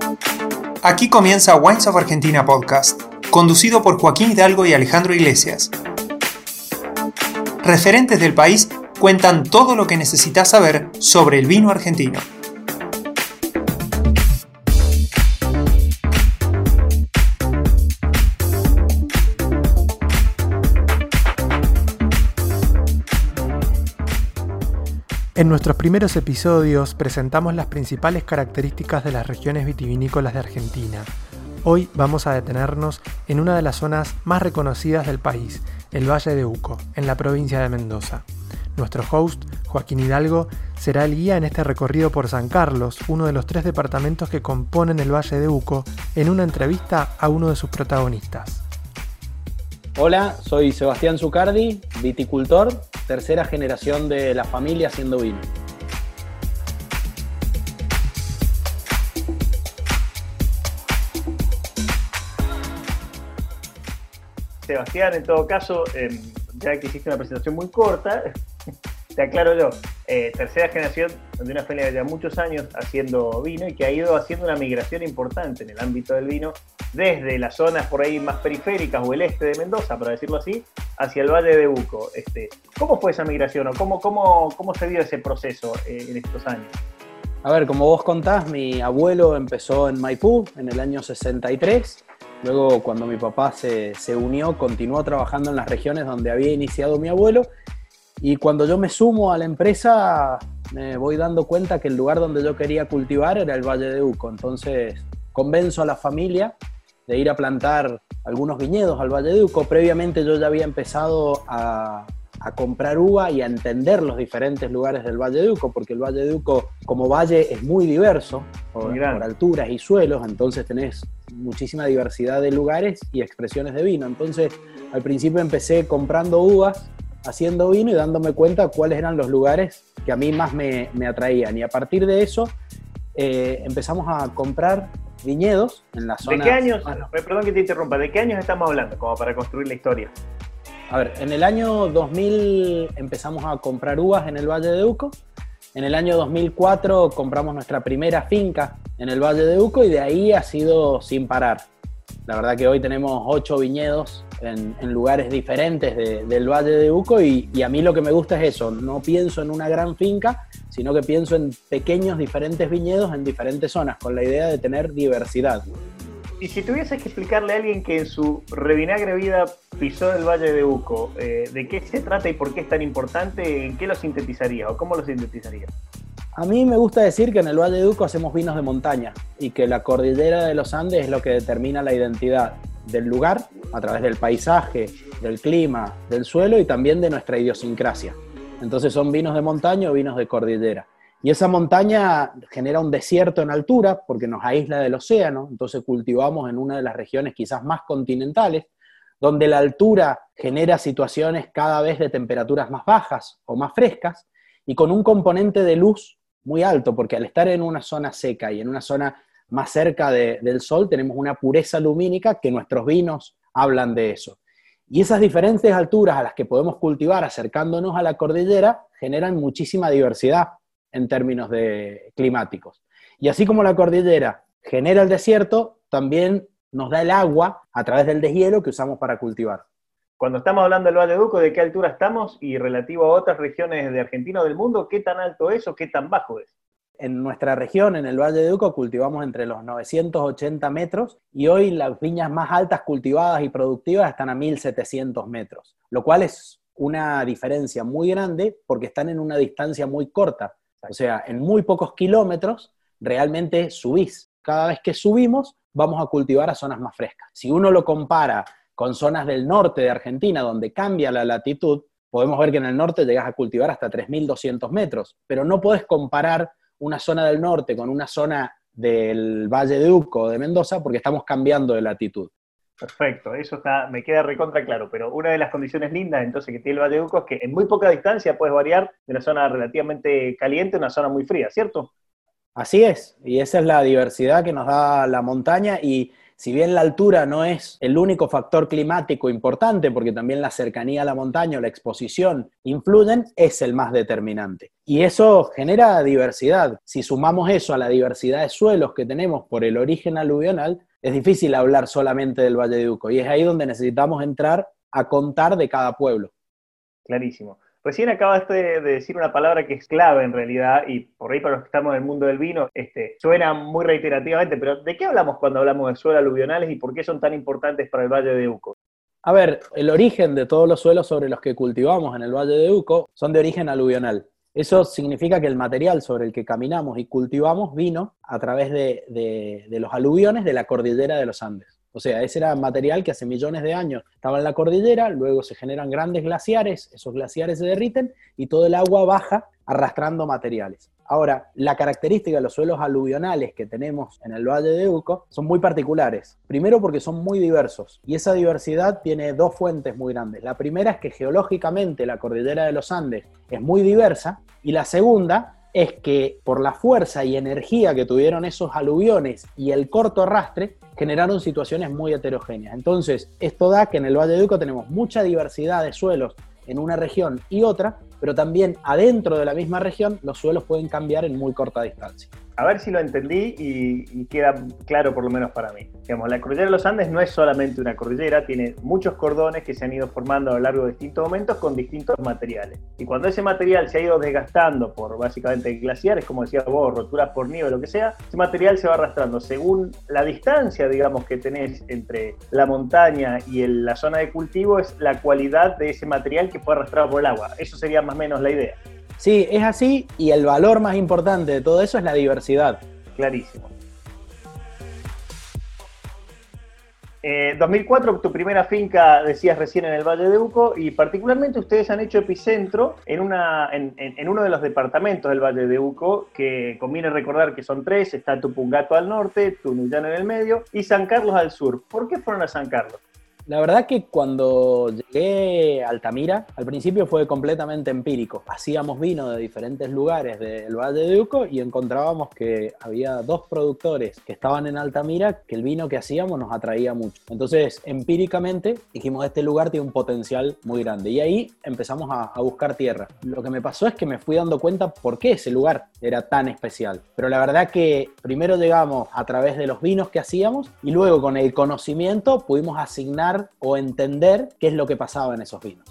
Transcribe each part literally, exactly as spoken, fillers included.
Aquí comienza Wines of Argentina Podcast, conducido por Joaquín Hidalgo y Alejandro Iglesias. Referentes del país cuentan todo lo que necesitas saber sobre el vino argentino. En nuestros primeros episodios presentamos las principales características de las regiones vitivinícolas de Argentina. Hoy vamos a detenernos en una de las zonas más reconocidas del país, el Valle de Uco, en la provincia de Mendoza. Nuestro host, Joaquín Hidalgo, será el guía en este recorrido por San Carlos, uno de los tres departamentos que componen el Valle de Uco, en una entrevista a uno de sus protagonistas. Hola, soy Sebastián Zucardi, viticultor, tercera generación de la familia haciendo vino. Sebastián, en todo caso, eh, ya que hiciste una presentación muy corta, te aclaro yo, eh, tercera generación de una familia de ya muchos años haciendo vino y que ha ido haciendo una migración importante en el ámbito del vino desde las zonas por ahí más periféricas o el este de Mendoza, para decirlo así, hacia el Valle de Uco. Este, ¿Cómo fue esa migración o cómo, cómo, cómo se dio ese proceso eh, en estos años? A ver, como vos contás, mi abuelo empezó en Maipú en el año sesenta y tres. Luego, cuando mi papá se, se unió, continuó trabajando en las regiones donde había iniciado mi abuelo. Y cuando yo me sumo a la empresa, me voy dando cuenta que el lugar donde yo quería cultivar era el Valle de Uco. Entonces, convenzo a la familia de ir a plantar algunos viñedos al Valle de Uco. Previamente yo ya había empezado a, a comprar uva y a entender los diferentes lugares del Valle de Uco, porque el Valle de Uco como valle es muy diverso, por, por alturas y suelos, entonces tenés muchísima diversidad de lugares y expresiones de vino. Entonces, al principio empecé comprando uvas, haciendo vino y dándome cuenta cuáles eran los lugares que a mí más me, me atraían. Y a partir de eso eh, empezamos a comprar viñedos en la zona. ¿De qué años? Ah, perdón que te interrumpa. ¿De qué años estamos hablando? Como para construir la historia. A ver, en el año dos mil empezamos a comprar uvas en el Valle de Uco. En el año dos mil cuatro compramos nuestra primera finca en el Valle de Uco y de ahí ha sido sin parar. La verdad que hoy tenemos ocho viñedos en, en lugares diferentes de, del Valle de Uco y, y a mí lo que me gusta es eso. No pienso en una gran finca, sino que pienso en pequeños diferentes viñedos en diferentes zonas, con la idea de tener diversidad. Y si tuvieses que explicarle a alguien que en su revinagre vida pisó el Valle de Uco, eh, ¿de qué se trata y por qué es tan importante? ¿En qué lo sintetizaría o cómo lo sintetizaría? A mí me gusta decir que en el Valle de Uco hacemos vinos de montaña y que la cordillera de los Andes es lo que determina la identidad del lugar a través del paisaje, del clima, del suelo y también de nuestra idiosincrasia. Entonces son vinos de montaña o vinos de cordillera. Y esa montaña genera un desierto en altura porque nos aísla del océano, entonces cultivamos en una de las regiones quizás más continentales, donde la altura genera situaciones cada vez de temperaturas más bajas o más frescas y con un componente de luz muy alto, porque al estar en una zona seca y en una zona más cerca de, del sol tenemos una pureza lumínica que nuestros vinos hablan de eso. Y esas diferentes alturas a las que podemos cultivar acercándonos a la cordillera generan muchísima diversidad en términos de climáticos. Y así como la cordillera genera el desierto, también nos da el agua a través del deshielo que usamos para cultivar. Cuando estamos hablando del Valle de Uco, ¿de qué altura estamos? Y relativo a otras regiones de Argentina o del mundo, ¿qué tan alto es o qué tan bajo es? En nuestra región, en el Valle de Uco, cultivamos entre los novecientos ochenta metros y hoy las viñas más altas cultivadas y productivas están a mil setecientos metros, lo cual es una diferencia muy grande porque están en una distancia muy corta. O sea, en muy pocos kilómetros realmente subís. Cada vez que subimos vamos a cultivar a zonas más frescas. Si uno lo compara con zonas del norte de Argentina donde cambia la latitud, podemos ver que en el norte llegás a cultivar hasta tres mil doscientos metros, pero no podés comparar una zona del norte con una zona del Valle de Uco o de Mendoza porque estamos cambiando de latitud. Perfecto, eso está, me queda recontra claro, pero una de las condiciones lindas entonces que tiene el Valle de Uco es que en muy poca distancia puedes variar de una zona relativamente caliente a una zona muy fría, ¿cierto? Así es, y esa es la diversidad que nos da la montaña y si bien la altura no es el único factor climático importante, porque también la cercanía a la montaña o la exposición influyen, es el más determinante. Y eso genera diversidad. Si sumamos eso a la diversidad de suelos que tenemos por el origen aluvional, es difícil hablar solamente del Valle de Uco, y es ahí donde necesitamos entrar a contar de cada pueblo. Clarísimo. Recién acabaste de decir una palabra que es clave en realidad, y por ahí para los que estamos en el mundo del vino, este, suena muy reiterativamente, pero ¿de qué hablamos cuando hablamos de suelos aluvionales y por qué son tan importantes para el Valle de Uco? A ver, el origen de todos los suelos sobre los que cultivamos en el Valle de Uco son de origen aluvional. Eso significa que el material sobre el que caminamos y cultivamos vino a través de, de, de los aluviones de la cordillera de los Andes. O sea, ese era material que hace millones de años estaba en la cordillera, luego se generan grandes glaciares, esos glaciares se derriten y todo el agua baja arrastrando materiales. Ahora, la característica de los suelos aluvionales que tenemos en el Valle de Uco son muy particulares. Primero porque son muy diversos y esa diversidad tiene dos fuentes muy grandes. La primera es que geológicamente la cordillera de los Andes es muy diversa y la segunda es que por la fuerza y energía que tuvieron esos aluviones y el corto arrastre, generaron situaciones muy heterogéneas. Entonces, esto da que en el Valle de Uco tenemos mucha diversidad de suelos en una región y otra, pero también adentro de la misma región los suelos pueden cambiar en muy corta distancia. A ver si lo entendí y, y queda claro por lo menos para mí. Digamos, la cordillera de los Andes no es solamente una cordillera, tiene muchos cordones que se han ido formando a lo largo de distintos momentos con distintos materiales. Y cuando ese material se ha ido desgastando por básicamente glaciares, como decías vos, roturas por nieve, lo que sea, ese material se va arrastrando según la distancia, digamos, que tenés entre la montaña y el, la zona de cultivo, es la cualidad de ese material que fue arrastrado por el agua. Eso sería más o menos la idea. Sí, es así, y el valor más importante de todo eso es la diversidad. Clarísimo. Eh, dos mil cuatro, tu primera finca, decías recién, en el Valle de Uco, y particularmente ustedes han hecho epicentro en, una, en, en, en uno de los departamentos del Valle de Uco, que conviene recordar que son tres: está Tupungato al norte, Tunuyán en el medio y San Carlos al sur. ¿Por qué fueron a San Carlos? La verdad que cuando llegué a Altamira, al principio fue completamente empírico. Hacíamos vino de diferentes lugares del Valle de Uco y encontrábamos que había dos productores que estaban en Altamira que el vino que hacíamos nos atraía mucho. Entonces, empíricamente, dijimos, este lugar tiene un potencial muy grande. Y ahí empezamos a, a buscar tierra. Lo que me pasó es que me fui dando cuenta por qué ese lugar era tan especial. Pero la verdad que primero llegamos a través de los vinos que hacíamos y luego con el conocimiento pudimos asignar o entender qué es lo que pasaba en esos vinos.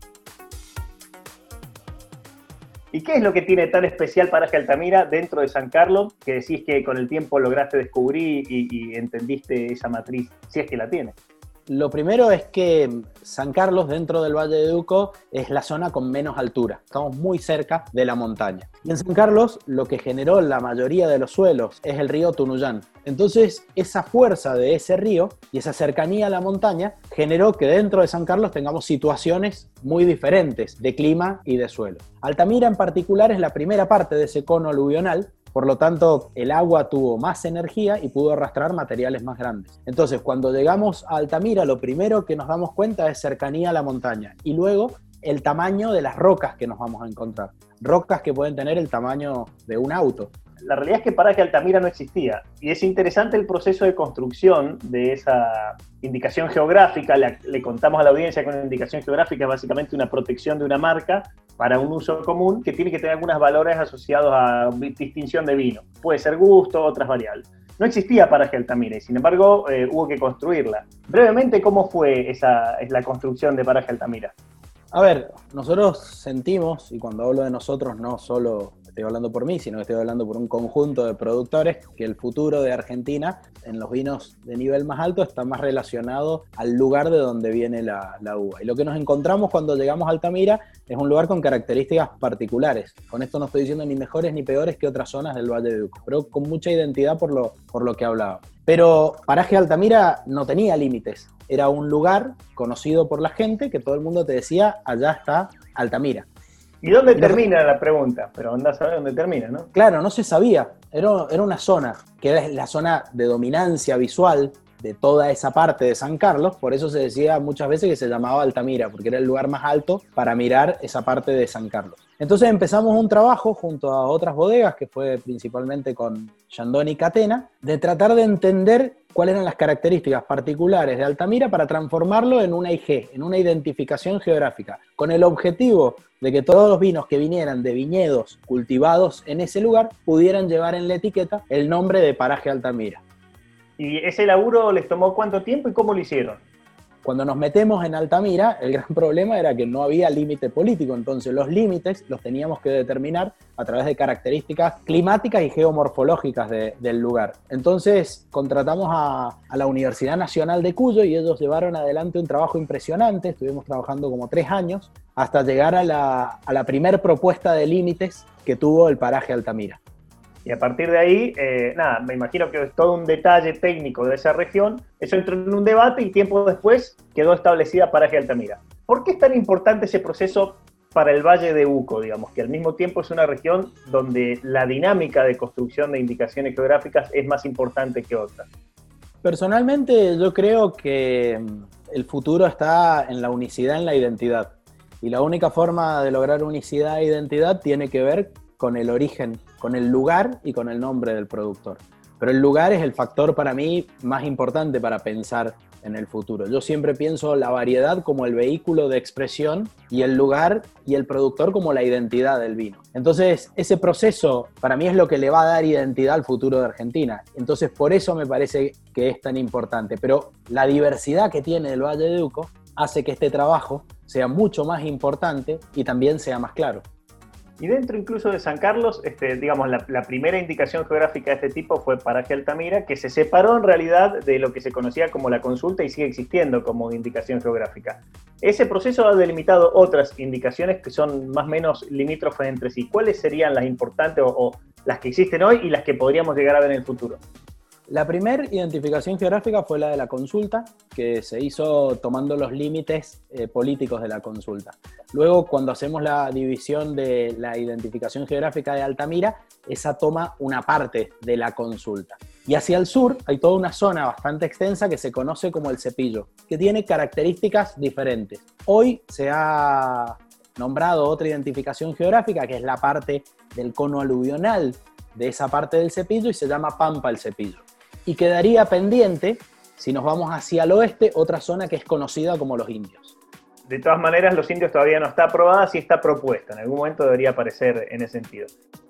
¿Y qué es lo que tiene tan especial Paraje Altamira dentro de San Carlos, que decís que con el tiempo lograste descubrir y, y entendiste esa matriz, si es que la tiene? Lo primero es que San Carlos, dentro del Valle de Uco, es la zona con menos altura. Estamos muy cerca de la montaña. Y en San Carlos, lo que generó la mayoría de los suelos es el río Tunuyán. Entonces, esa fuerza de ese río y esa cercanía a la montaña generó que dentro de San Carlos tengamos situaciones muy diferentes de clima y de suelo. Altamira, en particular, es la primera parte de ese cono aluvional. Por lo tanto, el agua tuvo más energía y pudo arrastrar materiales más grandes. Entonces, cuando llegamos a Altamira, lo primero que nos damos cuenta es cercanía a la montaña y luego el tamaño de las rocas que nos vamos a encontrar. Rocas que pueden tener el tamaño de un auto. La realidad es que Paraje Altamira no existía, y es interesante el proceso de construcción de esa indicación geográfica. Le, le contamos a la audiencia que una indicación geográfica es básicamente una protección de una marca para un uso común que tiene que tener algunos valores asociados a distinción de vino. Puede ser gusto, otras variables. No existía Paraje Altamira y sin embargo eh, hubo que construirla. Brevemente, ¿cómo fue esa, la construcción de Paraje Altamira? A ver, nosotros sentimos, y cuando hablo de nosotros no solo estoy hablando por mí, sino que estoy hablando por un conjunto de productores, que el futuro de Argentina en los vinos de nivel más alto está más relacionado al lugar de donde viene la, la uva. Y lo que nos encontramos cuando llegamos a Altamira es un lugar con características particulares. Con esto no estoy diciendo ni mejores ni peores que otras zonas del Valle de Uco, pero con mucha identidad por lo, por lo que hablaba. Pero Paraje Altamira no tenía límites. Era un lugar conocido por la gente que todo el mundo te decía, allá está Altamira. ¿Y dónde termina la pregunta? Pero andás a saber dónde termina, ¿no? Claro, no se sabía. Era, era una zona, que era la zona de dominancia visual de toda esa parte de San Carlos, por eso se decía muchas veces que se llamaba Altamira, porque era el lugar más alto para mirar esa parte de San Carlos. Entonces empezamos un trabajo junto a otras bodegas, que fue principalmente con Chandon y Catena, de tratar de entender cuáles eran las características particulares de Altamira para transformarlo en una I G, en una identificación geográfica, con el objetivo de que todos los vinos que vinieran de viñedos cultivados en ese lugar pudieran llevar en la etiqueta el nombre de Paraje Altamira. ¿Y ese laburo les tomó cuánto tiempo y cómo lo hicieron? Cuando nos metemos en Altamira, el gran problema era que no había límite político, entonces los límites los teníamos que determinar a través de características climáticas y geomorfológicas de, del lugar. Entonces contratamos a, a la Universidad Nacional de Cuyo y ellos llevaron adelante un trabajo impresionante, estuvimos trabajando como tres años, hasta llegar a la, a la primer propuesta de límites que tuvo el Paraje Altamira. Y a partir de ahí, eh, nada, me imagino que es todo un detalle técnico de esa región. Eso entró en un debate y tiempo después quedó establecida Paraje Altamira. ¿Por qué es tan importante ese proceso para el Valle de Uco, digamos, que al mismo tiempo es una región donde la dinámica de construcción de indicaciones geográficas es más importante que otras? Personalmente yo creo que el futuro está en la unicidad, en la identidad. Y la única forma de lograr unicidad e identidad tiene que ver con el origen, con el lugar y con el nombre del productor. Pero el lugar es el factor para mí más importante para pensar en el futuro. Yo siempre pienso la variedad como el vehículo de expresión y el lugar y el productor como la identidad del vino. Entonces, ese proceso para mí es lo que le va a dar identidad al futuro de Argentina. Entonces, por eso me parece que es tan importante. Pero la diversidad que tiene el Valle de Uco hace que este trabajo sea mucho más importante y también sea más claro. Y dentro incluso de San Carlos, este, digamos, la, la primera indicación geográfica de este tipo fue Paraje Altamira, que se separó en realidad de lo que se conocía como la consulta y sigue existiendo como indicación geográfica. Ese proceso ha delimitado otras indicaciones que son más o menos limítrofes entre sí. ¿Cuáles serían las importantes o, o las que existen hoy y las que podríamos llegar a ver en el futuro? La primera identificación geográfica fue la de la consulta, que se hizo tomando los límites eh, políticos de la consulta. Luego, cuando hacemos la división de la identificación geográfica de Altamira, esa toma una parte de la consulta. Y hacia el sur hay toda una zona bastante extensa que se conoce como el Cepillo, que tiene características diferentes. Hoy se ha nombrado otra identificación geográfica, que es la parte del cono aluvional de esa parte del Cepillo, y se llama Pampa el Cepillo. Y quedaría pendiente, si nos vamos hacia el oeste, otra zona que es conocida como los Indios. De todas maneras, los Indios todavía no está aprobada, sí está propuesta. En algún momento debería aparecer en ese sentido.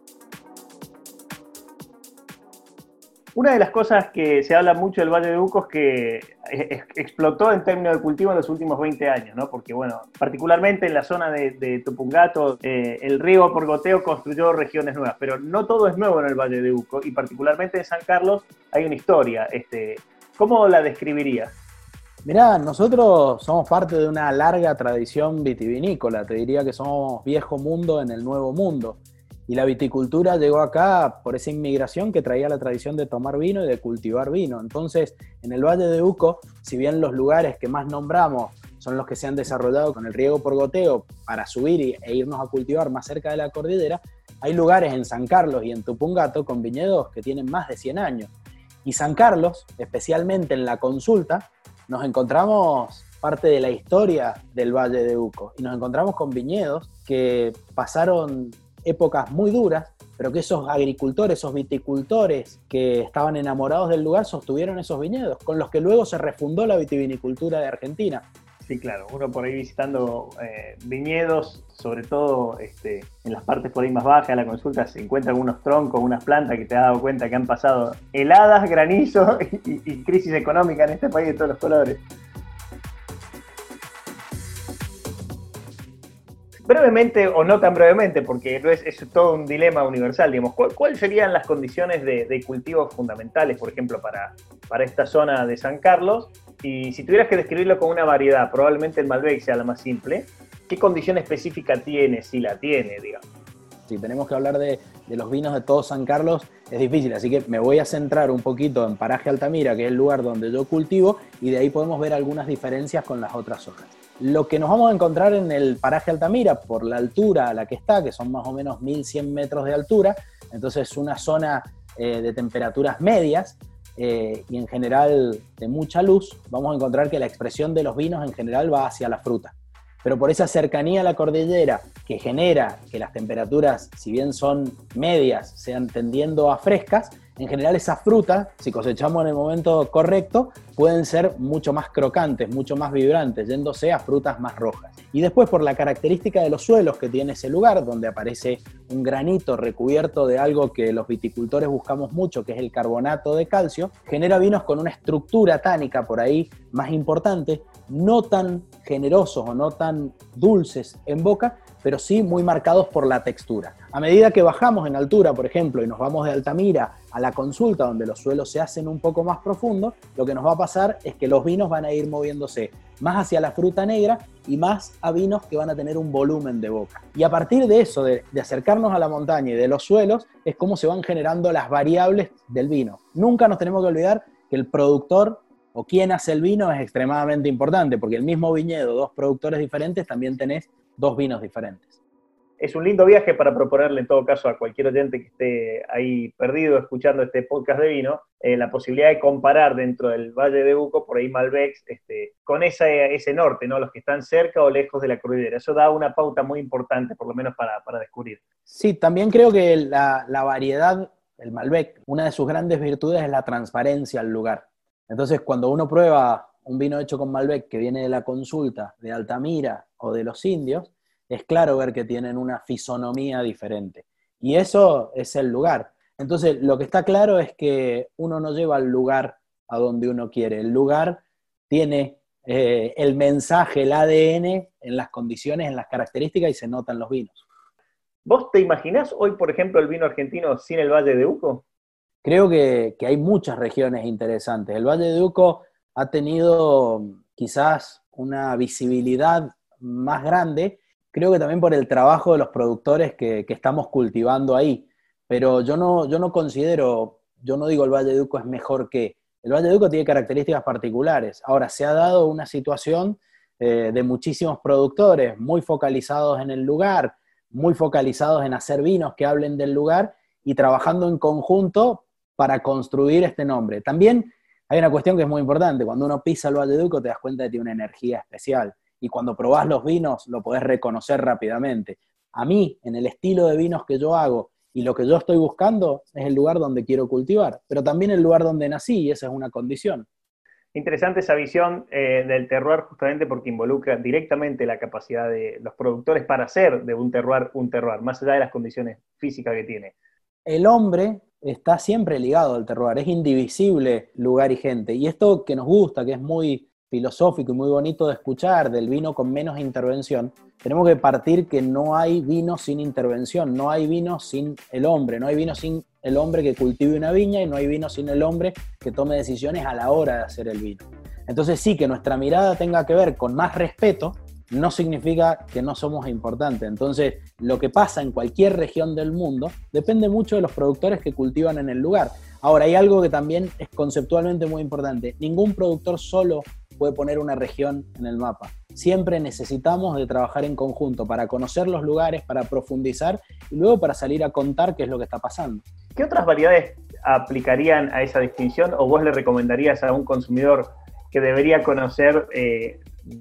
Una de las cosas que se habla mucho del Valle de Uco es que explotó en términos de cultivo en los últimos veinte años, ¿no? Porque, bueno, particularmente en la zona de, de Tupungato, eh, el riego por goteo construyó regiones nuevas, pero no todo es nuevo en el Valle de Uco, y particularmente en San Carlos hay una historia. Este, ¿Cómo la describirías? Mirá, nosotros somos parte de una larga tradición vitivinícola, te diría que somos viejo mundo en el nuevo mundo. Y la viticultura llegó acá por esa inmigración que traía la tradición de tomar vino y de cultivar vino. Entonces, en el Valle de Uco, si bien los lugares que más nombramos son los que se han desarrollado con el riego por goteo para subir e irnos a cultivar más cerca de la cordillera, hay lugares en San Carlos y en Tupungato con viñedos que tienen más de cien años. Y San Carlos, especialmente en la consulta, nos encontramos parte de la historia del Valle de Uco y nos encontramos con viñedos que pasaron épocas muy duras, pero que esos agricultores, esos viticultores que estaban enamorados del lugar sostuvieron esos viñedos, con los que luego se refundó la vitivinicultura de Argentina. Sí, claro, uno por ahí visitando eh, viñedos, sobre todo este, en las partes por ahí más bajas de la consulta, se encuentran unos troncos, unas plantas que te has dado cuenta que han pasado heladas, granizo y, y crisis económica en este país de todos los colores. Brevemente, o no tan brevemente, porque es, es todo un dilema universal, digamos, ¿cuáles cuál serían las condiciones de, de cultivo fundamentales, por ejemplo, para, para esta zona de San Carlos? Y si tuvieras que describirlo con una variedad, probablemente el Malbec sea la más simple, ¿qué condición específica tiene, si la tiene, digamos? Si tenemos que hablar de, de los vinos de todo San Carlos, es difícil, así que me voy a centrar un poquito en Paraje Altamira, que es el lugar donde yo cultivo, y de ahí podemos ver algunas diferencias con las otras zonas. Lo que nos vamos a encontrar en el Paraje Altamira, por la altura a la que está, que son más o menos mil cien metros de altura, entonces es una zona eh, de temperaturas medias eh, y en general de mucha luz, vamos a encontrar que la expresión de los vinos en general va hacia la fruta. pero por esa cercanía a la cordillera que genera que las temperaturas, si bien son medias, sean tendiendo a frescas, en general esas frutas, si cosechamos en el momento correcto, pueden ser mucho más crocantes, mucho más vibrantes, yéndose a frutas más rojas. Y después, por la característica de los suelos que tiene ese lugar, donde aparece un granito recubierto de algo que los viticultores buscamos mucho, que es el carbonato de calcio, genera vinos con una estructura tánica por ahí más importante, no tan generosos o no tan dulces en boca, pero sí muy marcados por la textura. A medida que bajamos en altura, por ejemplo, y nos vamos de Altamira a La Consulta, donde los suelos se hacen un poco más profundos, lo que nos va a pasar es que los vinos van a ir moviéndose más hacia la fruta negra y más a vinos que van a tener un volumen de boca. Y a partir de eso, de, de acercarnos a la montaña y de los suelos, es cómo se van generando las variables del vino. Nunca nos tenemos que olvidar que el productor o quien hace el vino es extremadamente importante, porque el mismo viñedo, dos productores diferentes, también tenés dos vinos diferentes. Es un lindo viaje para proponerle en todo caso a cualquier oyente que esté ahí perdido escuchando este podcast de vino, eh, la posibilidad de comparar dentro del Valle de Uco, por ahí Malbecs, este, con esa, ese norte, ¿no? Los que están cerca o lejos de la cordillera. Eso da una pauta muy importante, por lo menos para, para descubrir. Sí, también creo que la, la variedad, el Malbec, una de sus grandes virtudes es la transparencia al lugar. Entonces, cuando uno prueba un vino hecho con Malbec que viene de La Consulta, de Altamira o de Los Indios, es claro ver que tienen una fisonomía diferente. Y eso es el lugar. Entonces, lo que está claro es que uno no lleva al lugar a donde uno quiere. El lugar tiene eh, el mensaje, el A D N en las condiciones, en las características y se notan los vinos. ¿Vos te imaginás hoy, por ejemplo, el vino argentino sin el Valle de Uco? Creo que, que hay muchas regiones interesantes. El Valle de Uco ha tenido quizás una visibilidad más grande, creo que también por el trabajo de los productores que, que estamos cultivando ahí. Pero yo no, yo no considero, yo no digo el Valle de Uco es mejor que. El Valle de Uco tiene características particulares. Ahora, se ha dado una situación eh, de muchísimos productores muy focalizados en el lugar, muy focalizados en hacer vinos que hablen del lugar y trabajando en conjunto para construir este nombre. También hay una cuestión que es muy importante. Cuando uno pisa el Valle de Uco te das cuenta de que tiene una energía especial. Y cuando probás los vinos lo podés reconocer rápidamente. A mí, en el estilo de vinos que yo hago y lo que yo estoy buscando, es el lugar donde quiero cultivar, pero también el lugar donde nací, y esa es una condición. Interesante esa visión eh, del terroir, justamente porque involucra directamente la capacidad de los productores para hacer de un terroir un terroir, más allá de las condiciones físicas que tiene. El hombre está siempre ligado al terroir, es indivisible lugar y gente. Y esto que nos gusta, que es muy filosófico y muy bonito de escuchar, del vino con menos intervención, tenemos que partir que no hay vino sin intervención, no hay vino sin el hombre, no hay vino sin el hombre que cultive una viña y no hay vino sin el hombre que tome decisiones a la hora de hacer el vino. Entonces sí, que nuestra mirada tenga que ver con más respeto, no significa que no somos importantes. Entonces, lo que pasa en cualquier región del mundo depende mucho de los productores que cultivan en el lugar. Ahora, hay algo que también es conceptualmente muy importante. Ningún productor solo puede poner una región en el mapa. Siempre necesitamos de trabajar en conjunto para conocer los lugares, para profundizar y luego para salir a contar qué es lo que está pasando. ¿Qué otras variedades aplicarían a esa distinción o vos le recomendarías a un consumidor que debería conocer eh,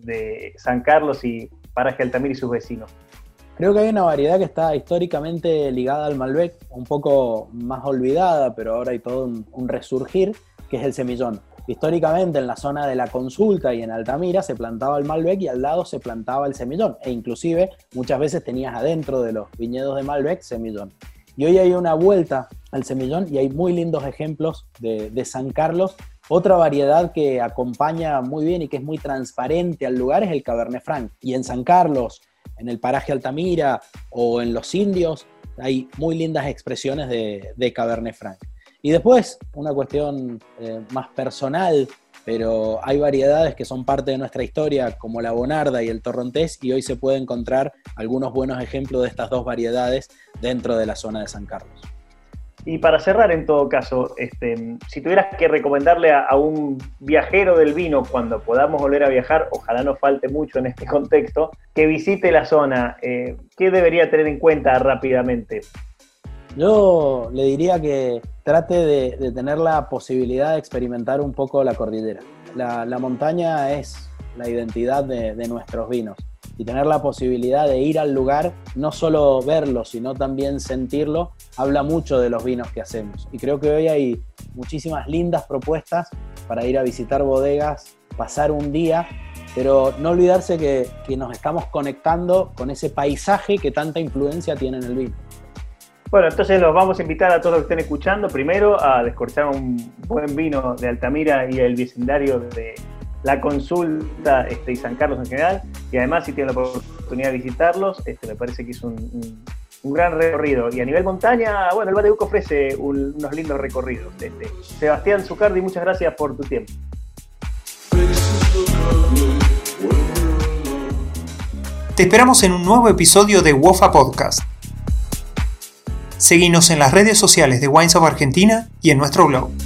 de San Carlos y Paraje Altamira y sus vecinos? Creo que hay una variedad que está históricamente ligada al Malbec, un poco más olvidada, pero ahora hay todo un, un resurgir, que es el semillón. Históricamente en la zona de La Consulta y en Altamira se plantaba el Malbec y al lado se plantaba el semillón, e inclusive muchas veces tenías adentro de los viñedos de Malbec semillón. Y hoy hay una vuelta al semillón y hay muy lindos ejemplos de, de San Carlos. Otra variedad que acompaña muy bien y que es muy transparente al lugar es el Cabernet Franc. Y en San Carlos, en el paraje Altamira o en Los Indios, hay muy lindas expresiones de, de Cabernet Franc. Y después, una cuestión eh, más personal, pero hay variedades que son parte de nuestra historia, como la Bonarda y el Torrontés, y hoy se puede encontrar algunos buenos ejemplos de estas dos variedades dentro de la zona de San Carlos. Y para cerrar, en todo caso, este, si tuvieras que recomendarle a, a un viajero del vino cuando podamos volver a viajar, ojalá no falte mucho en este contexto, que visite la zona, eh, ¿qué debería tener en cuenta rápidamente? Yo le diría que trate de, de tener la posibilidad de experimentar un poco la cordillera. La, la montaña es la identidad de, de nuestros vinos. y tener la posibilidad de ir al lugar, no solo verlo, sino también sentirlo, habla mucho de los vinos que hacemos. Y creo que hoy hay muchísimas lindas propuestas para ir a visitar bodegas, pasar un día, pero no olvidarse que, que nos estamos conectando con ese paisaje que tanta influencia tiene en el vino. Bueno, entonces los vamos a invitar a todos los que estén escuchando, primero a descorchar un buen vino de Altamira y el vecindario de La Consulta este, y San Carlos en general, y además si tienen la oportunidad de visitarlos, este, me parece que es un, un, un gran recorrido. Y a nivel montaña, bueno, el Valle de Uco ofrece un, unos lindos recorridos. Este. Sebastián Zucardi, muchas gracias por tu tiempo. Te esperamos en un nuevo episodio de WOFA Podcast. Seguinos en las redes sociales de Wines of Argentina y en nuestro blog.